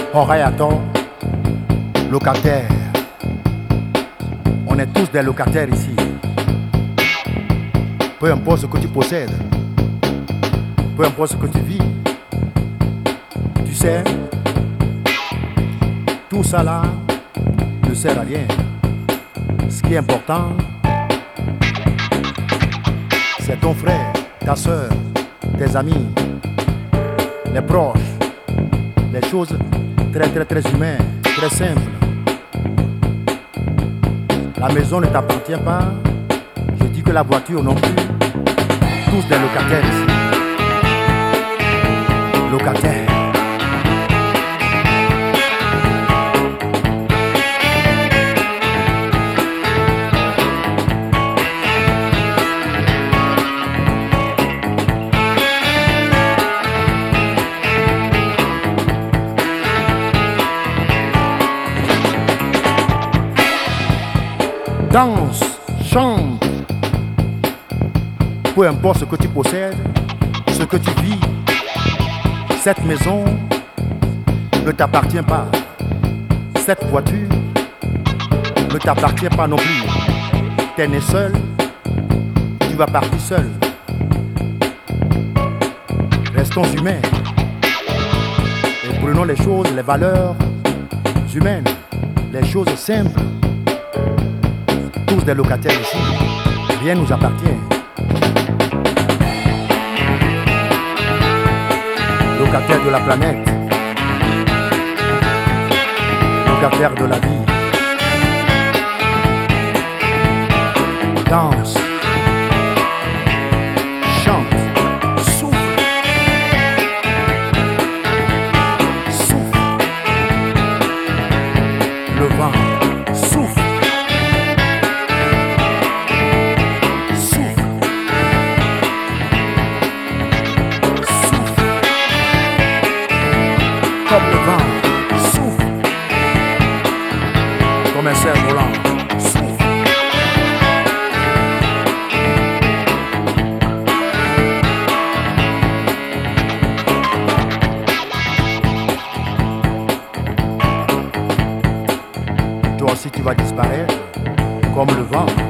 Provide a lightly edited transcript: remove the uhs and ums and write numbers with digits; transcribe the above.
Orayaton, locataire. On est tous des locataires ici. Peu importe ce que tu possèdes, peu importe ce que tu vis, tu sais, tout ça là ne sert à rien. Ce qui est important, c'est ton frère, ta soeur, tes amis, les proches, les choses très humaines, très simples. La maison ne t'appartient pas, je dis que la voiture non plus. Tous des locataires ici. Locataires. Danse, chante, peu importe ce que tu possèdes, ce que tu vis, cette maison ne t'appartient pas. Cette voiture ne t'appartient pas non plus. Tu es né seul, tu vas partir seul. Restons humains et prenons les choses, les valeurs humaines, les choses simples. Tous des locataires ici, rien ne nous appartient. Locataires de la planète, locataires de la vie. Danse, chante, souffle, souffle. Le vent souffle. Comme le vent souffle, comme un cerf-volant souffle. Toi aussi tu vas disparaître comme le vent.